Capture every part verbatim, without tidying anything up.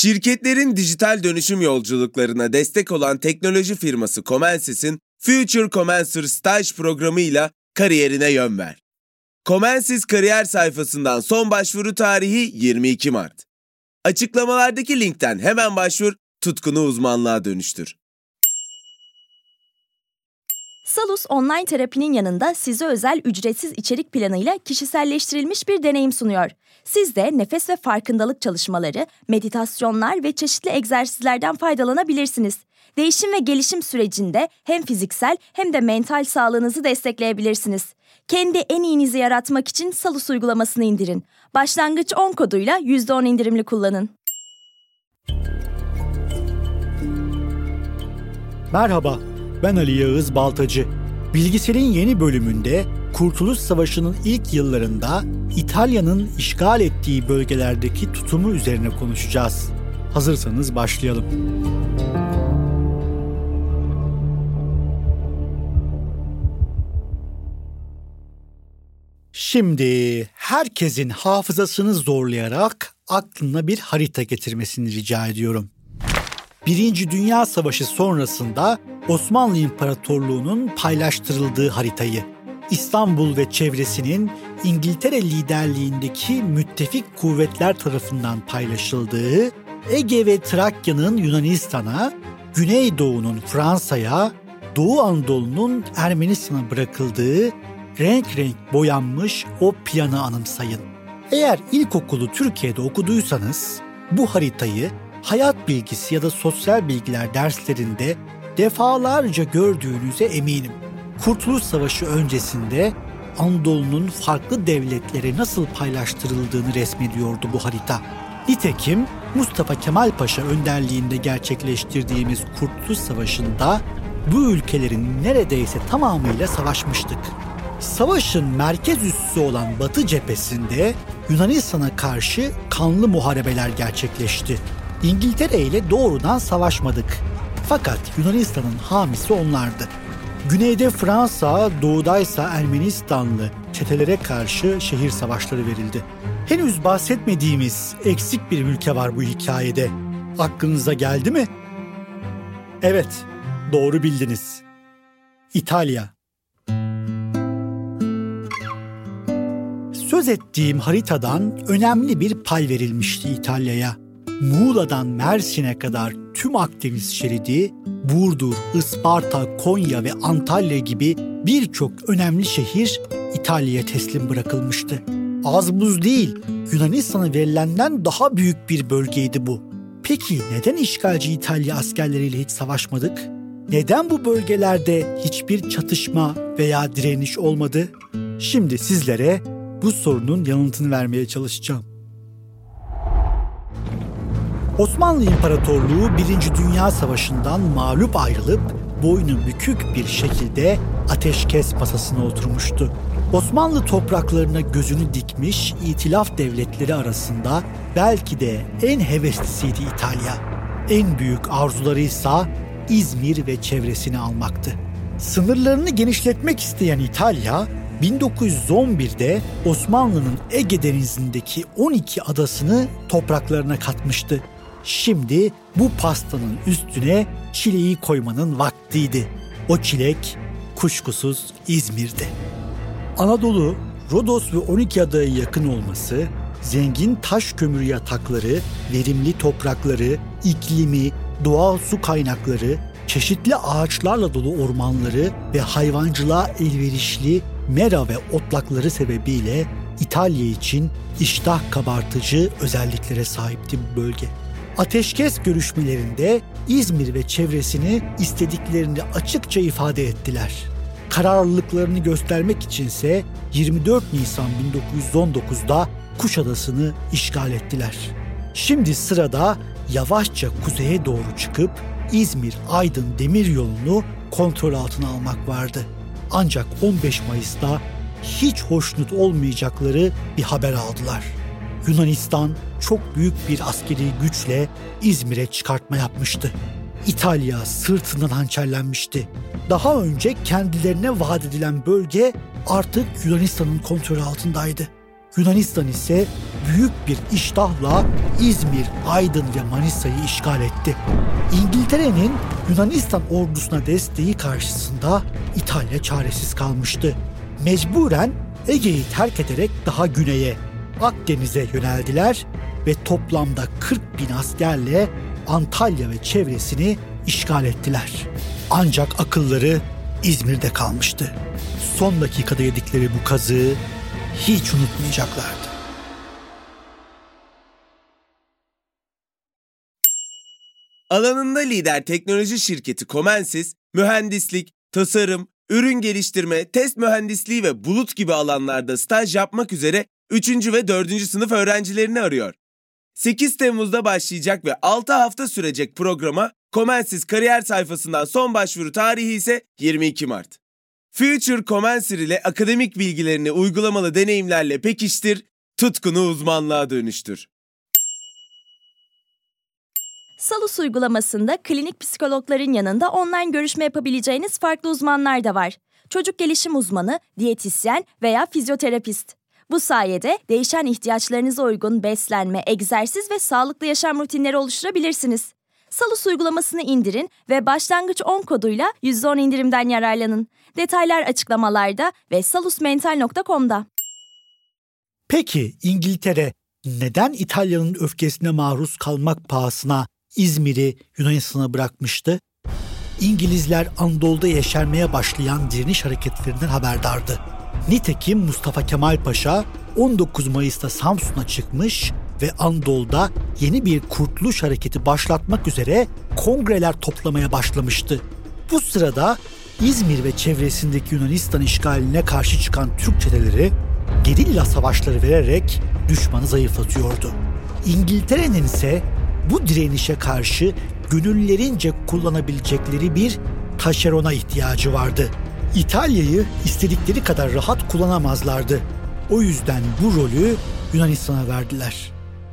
Şirketlerin dijital dönüşüm yolculuklarına destek olan teknoloji firması Comensys'in Future Commencer Stage programıyla kariyerine yön ver. Comensys kariyer sayfasından son başvuru tarihi yirmi iki Mart. Açıklamalardaki linkten hemen başvur, tutkunu uzmanlığa dönüştür. Salus online terapinin yanında size özel ücretsiz içerik planıyla kişiselleştirilmiş bir deneyim sunuyor. Siz de nefes ve farkındalık çalışmaları, meditasyonlar ve çeşitli egzersizlerden faydalanabilirsiniz. Değişim ve gelişim sürecinde hem fiziksel hem de mental sağlığınızı destekleyebilirsiniz. Kendi en iyinizi yaratmak için Salus uygulamasını indirin. Başlangıç on koduyla yüzde on indirimli kullanın. Merhaba, ben Ali Yağız Baltacı. Bilgisel'in yeni bölümünde Kurtuluş Savaşı'nın ilk yıllarında İtalya'nın işgal ettiği bölgelerdeki tutumu üzerine konuşacağız. Hazırsanız başlayalım. Şimdi herkesin hafızasını zorlayarak aklına bir harita getirmesini rica ediyorum. Birinci Dünya Savaşı sonrasında Osmanlı İmparatorluğu'nun paylaştırıldığı haritayı, İstanbul ve çevresinin İngiltere liderliğindeki müttefik kuvvetler tarafından paylaşıldığı, Ege ve Trakya'nın Yunanistan'a, Güneydoğu'nun Fransa'ya, Doğu Anadolu'nun Ermenistan'a bırakıldığı renk renk boyanmış o planı anımsayın. Eğer ilkokulu Türkiye'de okuduysanız bu haritayı hayat bilgisi ya da sosyal bilgiler derslerinde defalarca gördüğünüze eminim. Kurtuluş Savaşı öncesinde Anadolu'nun farklı devletlere nasıl paylaştırıldığını resmediyordu bu harita. Nitekim Mustafa Kemal Paşa önderliğinde gerçekleştirdiğimiz Kurtuluş Savaşı'nda bu ülkelerin neredeyse tamamıyla savaşmıştık. Savaşın merkez üssü olan Batı cephesinde Yunanistan'a karşı kanlı muharebeler gerçekleşti. İngiltere ile doğrudan savaşmadık. Fakat Yunanistan'ın hamisi onlardı. Güneyde Fransa, doğudaysa Ermenistanlı çetelere karşı şehir savaşları verildi. Henüz bahsetmediğimiz eksik bir ülke var bu hikayede. Aklınıza geldi mi? Evet, doğru bildiniz. İtalya. Söz ettiğim haritadan önemli bir pay verilmişti İtalya'ya. Muğla'dan Mersin'e kadar tüm Akdeniz şeridi, Burdur, Isparta, Konya ve Antalya gibi birçok önemli şehir İtalya'ya teslim bırakılmıştı. Az buz değil, Yunanistan'a verilenden daha büyük bir bölgeydi bu. Peki neden işgalci İtalya askerleriyle hiç savaşmadık? Neden bu bölgelerde hiçbir çatışma veya direniş olmadı? Şimdi sizlere bu sorunun yanıtını vermeye çalışacağım. Osmanlı İmparatorluğu Birinci Dünya Savaşı'ndan mağlup ayrılıp boynu bükük bir şekilde ateşkes masasına oturmuştu. Osmanlı topraklarına gözünü dikmiş itilaf devletleri arasında belki de en heveslisiydi İtalya. En büyük arzuları ise İzmir ve çevresini almaktı. Sınırlarını genişletmek isteyen İtalya, bin dokuz yüz on birde Osmanlı'nın Ege Denizi'ndeki on iki adasını topraklarına katmıştı. Şimdi bu pastanın üstüne çileği koymanın vaktiydi. O çilek kuşkusuz İzmir'de. Anadolu, Rodos ve on iki adaya yakın olması, zengin taş kömürü yatakları, verimli toprakları, iklimi, doğal su kaynakları, çeşitli ağaçlarla dolu ormanları ve hayvancılığa elverişli mera ve otlakları sebebiyle İtalya için iştah kabartıcı özelliklere sahipti bu bölge. Ateşkes görüşmelerinde İzmir ve çevresini istediklerini açıkça ifade ettiler. Kararlılıklarını göstermek içinse yirmi dört Nisan bin dokuz yüz on dokuzda Kuşadası'nı işgal ettiler. Şimdi sırada yavaşça kuzeye doğru çıkıp İzmir-Aydın demiryolunu kontrol altına almak vardı. Ancak on beş Mayıs'ta hiç hoşnut olmayacakları bir haber aldılar. Yunanistan çok büyük bir askeri güçle İzmir'e çıkartma yapmıştı. İtalya sırtından hançerlenmişti. Daha önce kendilerine vaat edilen bölge artık Yunanistan'ın kontrolü altındaydı. Yunanistan ise büyük bir iştahla İzmir, Aydın ve Manisa'yı işgal etti. İngiltere'nin Yunanistan ordusuna desteği karşısında İtalya çaresiz kalmıştı. Mecburen Ege'yi terk ederek daha güneye, Akdeniz'e yöneldiler ve toplamda kırk bin askerle Antalya ve çevresini işgal ettiler. Ancak akılları İzmir'de kalmıştı. Son dakikada yedikleri bu kazığı hiç unutmayacaklardı. Alanında lider teknoloji şirketi Comensys, mühendislik, tasarım, ürün geliştirme, test mühendisliği ve bulut gibi alanlarda staj yapmak üzere üçüncü ve dördüncü sınıf öğrencilerini arıyor. sekiz Temmuz'da başlayacak ve altı hafta sürecek programa Comensys kariyer sayfasından son başvuru tarihi ise yirmi iki Mart. Future Comensys ile akademik bilgilerini uygulamalı deneyimlerle pekiştir, tutkunu uzmanlığa dönüştür. Salus uygulamasında klinik psikologların yanında online görüşme yapabileceğiniz farklı uzmanlar da var. Çocuk gelişim uzmanı, diyetisyen veya fizyoterapist. Bu sayede değişen ihtiyaçlarınıza uygun beslenme, egzersiz ve sağlıklı yaşam rutinleri oluşturabilirsiniz. Salus uygulamasını indirin ve başlangıç on koduyla yüzde on indirimden yararlanın. Detaylar açıklamalarda ve salus mental nokta com'da. Peki İngiltere neden İtalya'nın öfkesine maruz kalmak pahasına İzmir'i Yunanistan'a bırakmıştı? İngilizler Anadolu'da yeşermeye başlayan direniş hareketlerinden haberdardı. Nitekim Mustafa Kemal Paşa on dokuz Mayıs'ta Samsun'a çıkmış ve Anadolu'da yeni bir kurtuluş hareketi başlatmak üzere kongreler toplamaya başlamıştı. Bu sırada İzmir ve çevresindeki Yunanistan işgaline karşı çıkan Türk çeteleri gerilla savaşları vererek düşmanı zayıflatıyordu. İngiltere'nin ise bu direnişe karşı gönüllerince kullanabilecekleri bir taşerona ihtiyacı vardı. İtalya'yı istedikleri kadar rahat kullanamazlardı. O yüzden bu rolü Yunanistan'a verdiler.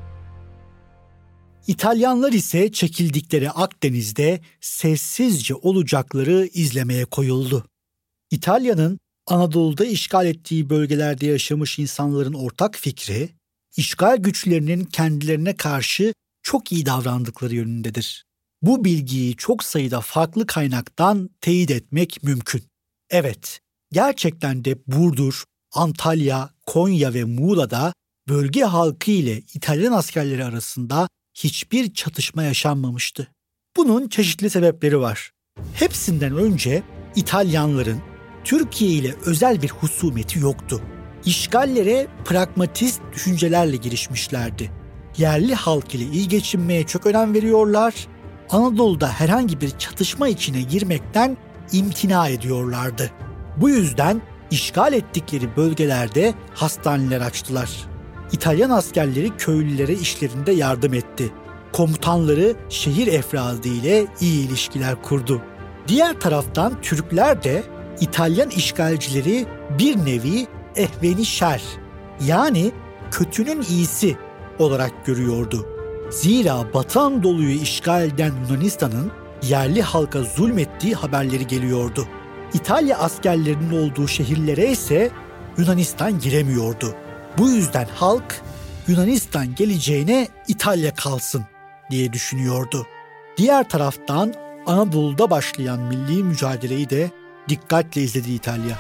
İtalyanlar ise çekildikleri Akdeniz'de sessizce olacakları izlemeye koyuldu. İtalya'nın Anadolu'da işgal ettiği bölgelerde yaşamış insanların ortak fikri, işgal güçlerinin kendilerine karşı çok iyi davrandıkları yönündedir. Bu bilgiyi çok sayıda farklı kaynaktan teyit etmek mümkün. Evet, gerçekten de Burdur, Antalya, Konya ve Muğla'da bölge halkı ile İtalyan askerleri arasında hiçbir çatışma yaşanmamıştı. Bunun çeşitli sebepleri var. Hepsinden önce İtalyanların Türkiye ile özel bir husumeti yoktu. İşgallere pragmatist düşüncelerle girişmişlerdi. Yerli halk ile iyi geçinmeye çok önem veriyorlar, Anadolu'da herhangi bir çatışma içine girmekten imtina ediyorlardı. Bu yüzden işgal ettikleri bölgelerde hastaneler açtılar. İtalyan askerleri köylülere işlerinde yardım etti. Komutanları şehir efradı ile iyi ilişkiler kurdu. Diğer taraftan Türkler de İtalyan işgalcileri bir nevi ehveni şer, yani kötünün iyisi olarak görüyordu. Zira Batı Anadolu'yu işgal eden Yunanistan'ın yerli halka zulmettiği haberleri geliyordu. İtalya askerlerinin olduğu şehirlere ise Yunanistan giremiyordu. Bu yüzden halk Yunanistan geleceğine İtalya kalsın diye düşünüyordu. Diğer taraftan Anadolu'da başlayan milli mücadeleyi de dikkatle izledi İtalya.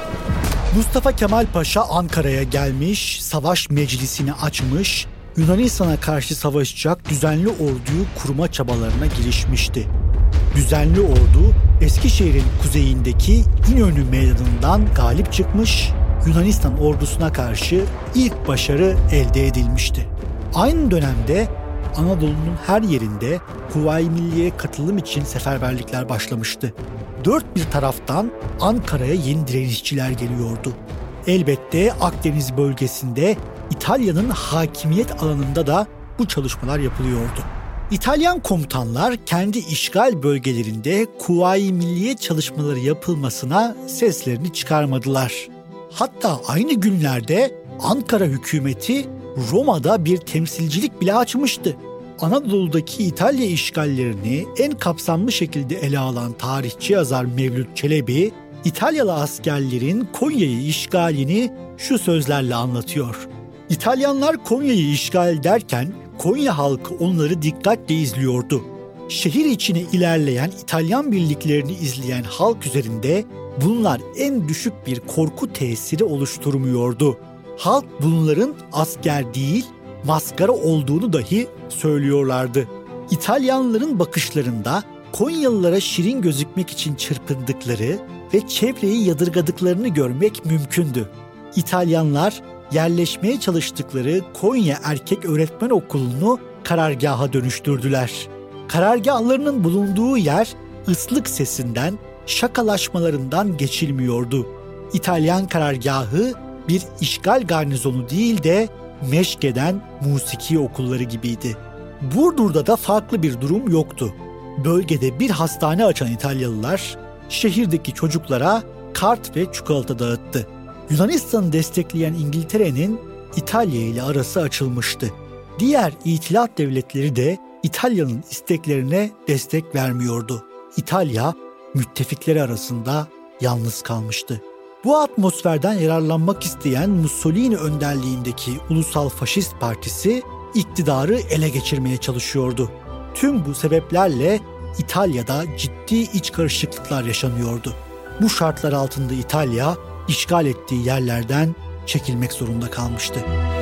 Mustafa Kemal Paşa Ankara'ya gelmiş, savaş meclisini açmış, Yunanistan'a karşı savaşacak düzenli orduyu kurma çabalarına girişmişti. Düzenli ordu Eskişehir'in kuzeyindeki İnönü Meydanı'ndan galip çıkmış, Yunanistan ordusuna karşı ilk başarı elde edilmişti. Aynı dönemde Anadolu'nun her yerinde Kuvayi Milliye'ye katılım için seferberlikler başlamıştı. Dört bir taraftan Ankara'ya yeni direnişçiler geliyordu. Elbette Akdeniz bölgesinde İtalya'nın hakimiyet alanında da bu çalışmalar yapılıyordu. İtalyan komutanlar kendi işgal bölgelerinde Kuvayi Milliye çalışmaları yapılmasına seslerini çıkarmadılar. Hatta aynı günlerde Ankara hükümeti Roma'da bir temsilcilik bile açmıştı. Anadolu'daki İtalya işgallerini en kapsamlı şekilde ele alan tarihçi yazar Mevlüt Çelebi, İtalyalı askerlerin Konya'yı işgalini şu sözlerle anlatıyor. İtalyanlar Konya'yı işgal ederken Konya halkı onları dikkatle izliyordu. Şehir içine ilerleyen İtalyan birliklerini izleyen halk üzerinde bunlar en düşük bir korku tesiri oluşturmuyordu. Halk bunların asker değil, maskara olduğunu dahi söylüyorlardı. İtalyanların bakışlarında Konyalılara şirin gözükmek için çırpındıkları ve çevreyi yadırgadıklarını görmek mümkündü. İtalyanlar yerleşmeye çalıştıkları Konya Erkek Öğretmen Okulu'nu karargaha dönüştürdüler. Karargahlarının bulunduğu yer ıslık sesinden, şakalaşmalarından geçilmiyordu. İtalyan karargahı bir işgal garnizonu değil de meşkeden musiki okulları gibiydi. Burdur'da da farklı bir durum yoktu. Bölgede bir hastane açan İtalyalılar şehirdeki çocuklara kart ve çikolata dağıttı. Yunanistan'ı destekleyen İngiltere'nin İtalya ile arası açılmıştı. Diğer İtilaf devletleri de İtalya'nın isteklerine destek vermiyordu. İtalya, müttefikleri arasında yalnız kalmıştı. Bu atmosferden yararlanmak isteyen Mussolini önderliğindeki Ulusal Faşist Partisi iktidarı ele geçirmeye çalışıyordu. Tüm bu sebeplerle İtalya'da ciddi iç karışıklıklar yaşanıyordu. Bu şartlar altında İtalya, işgal ettiği yerlerden çekilmek zorunda kalmıştı.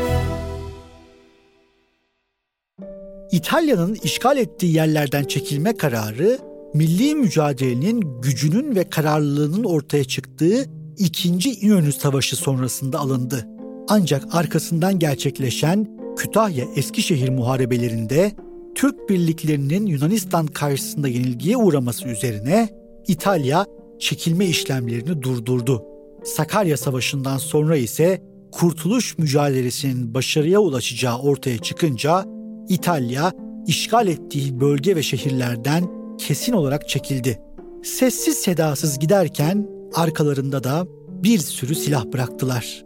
İtalya'nın işgal ettiği yerlerden çekilme kararı, milli mücadelenin gücünün ve kararlılığının ortaya çıktığı İkinci İnönü Savaşı sonrasında alındı. Ancak arkasından gerçekleşen Kütahya-Eskişehir muharebelerinde Türk birliklerinin Yunanistan karşısında yenilgiye uğraması üzerine İtalya çekilme işlemlerini durdurdu. Sakarya Savaşı'ndan sonra ise kurtuluş mücadelesinin başarıya ulaşacağı ortaya çıkınca İtalya işgal ettiği bölge ve şehirlerden kesin olarak çekildi. Sessiz sedasız giderken arkalarında da bir sürü silah bıraktılar.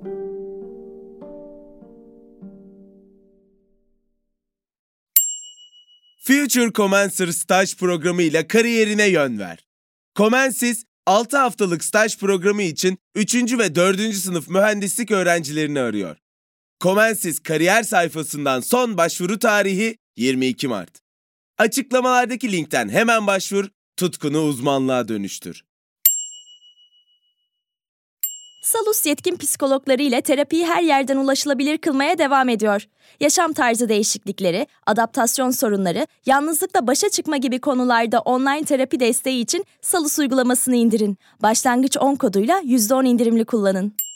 Future Commencer staj programı ile kariyerine yön ver. Comensis, altı haftalık staj programı için üçüncü ve dördüncü sınıf mühendislik öğrencilerini arıyor. Comensis kariyer sayfasından son başvuru tarihi yirmi iki Mart. Açıklamalardaki linkten hemen başvur, tutkunu uzmanlığa dönüştür. Salus yetkin psikologları ile terapiyi her yerden ulaşılabilir kılmaya devam ediyor. Yaşam tarzı değişiklikleri, adaptasyon sorunları, yalnızlıkla başa çıkma gibi konularda online terapi desteği için Salus uygulamasını indirin. Başlangıç on koduyla yüzde on indirimli kullanın.